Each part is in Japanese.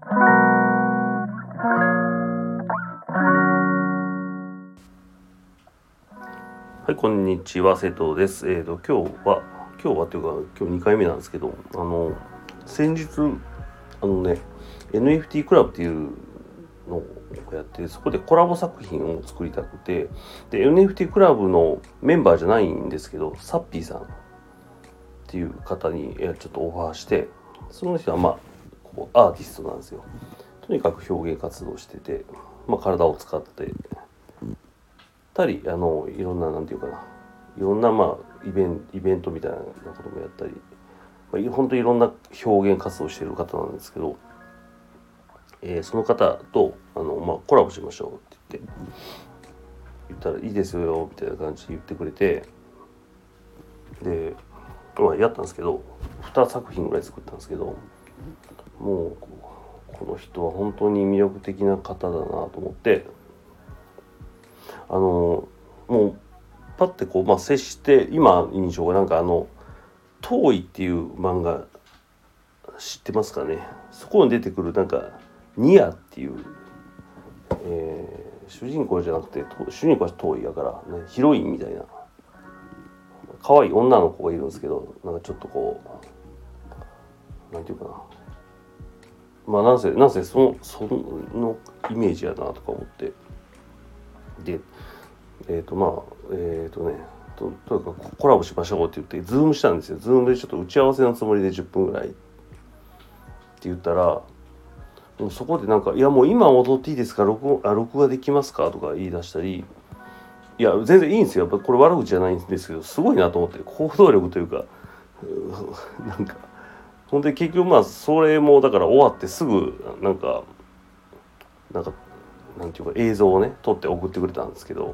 はい、こんにちは、瀬戸です。今日はというか、今日2回目なんですけど、先日、NFT クラブっていうのをやって、そこでコラボ作品を作りたくて、で、NFT クラブのメンバーじゃないんですけど、サッピーさんっていう方にちょっとオファーして、その人はアーティストなんですよ。とにかく表現活動してて、体を使ってたり、いろんな、なんていうかな、いろんな、イベントみたいなこともやったり、本当にいろんな表現活動をしている方なんですけど、その方とコラボしましょうって言ったらいいですよみたいな感じで言ってくれて、で、やったんですけど、2作品ぐらい作ったんですけど、もうこの人は本当に魅力的な方だなと思って、もうパッて接して今印象が遠いっていう漫画知ってますかね。そこに出てくるニアっていう、主人公じゃなくて主人公は遠いやからね、ヒロインみたいな可愛い女の子がいるんですけど、ちょっとなんていうかな、なんせそのイメージやなとか思って、でとにかくコラボしましょうって言ってズームしたんですよ。ズームでちょっと打ち合わせのつもりで10分ぐらいって言ったら、もうそこでいやもう今踊っていいですか、録画できますかとか言い出したり、いや全然いいんですよ。やっぱこれ悪口じゃないんですけど、すごいなと思って、行動力というかほんで結局それもだから終わってすぐなんていうか映像をね撮って送ってくれたんですけど、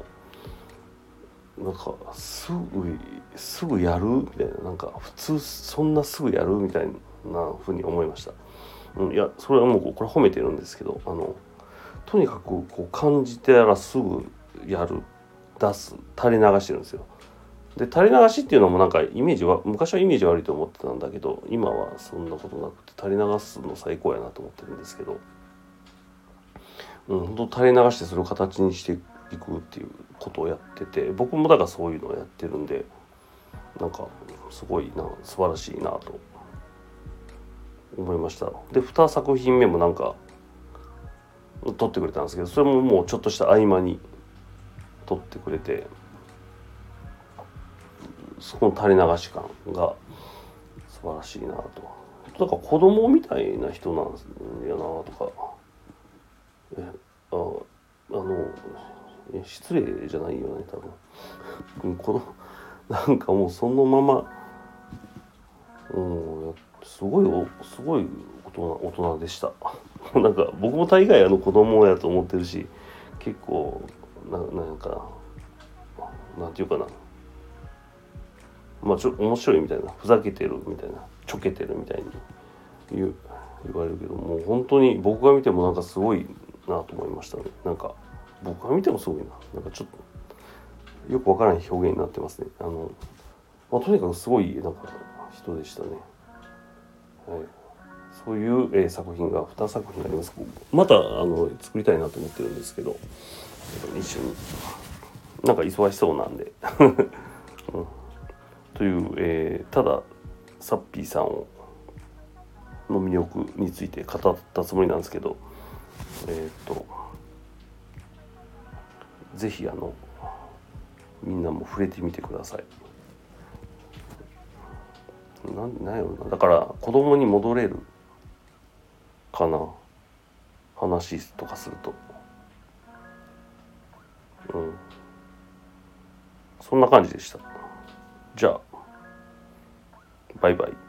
すぐやるみたいな、普通そんなすぐやるみたいなふうに思いました。いやそれはもうこれ褒めてるんですけど、とにかく感じてたらすぐやる、出す、垂れ流してるんですよ。で垂れ流しっていうのもイメージは昔はイメージ悪いと思ってたんだけど、今はそんなことなくて垂れ流すの最高やなと思ってるんですけど、本当垂れ流してそれを形にしていくっていうことをやってて、僕もだからそういうのをやってるんで、すごい素晴らしいなと思いました。で2作品目も撮ってくれたんですけど、それももうちょっとした合間に撮ってくれて、そこの垂れ流し感が素晴らしいなと。子供みたいな人なんやなとか、失礼じゃないよね多分。もうそのまま、すごい大人でした。僕も大概子供やと思ってるし、結構なんていうかな、面白いみたいな、ふざけてるみたいな、ちょけてるみたいに言われるけど、もう本当に僕が見てもすごいなと思いましたね。僕が見てもすごいな、ちょっとよくわからない表現になってますね。とにかくすごい人でしたね。はい、そういう、作品が2作品あります。また作りたいなと思ってるんですけど、一緒に忙しそうなんで、という、ただサッピーさんの魅力について語ったつもりなんですけど、ぜひみんなも触れてみてください。なんやろな、だから子供に戻れるかな、話とかすると、そんな感じでした。じゃあバイバイ。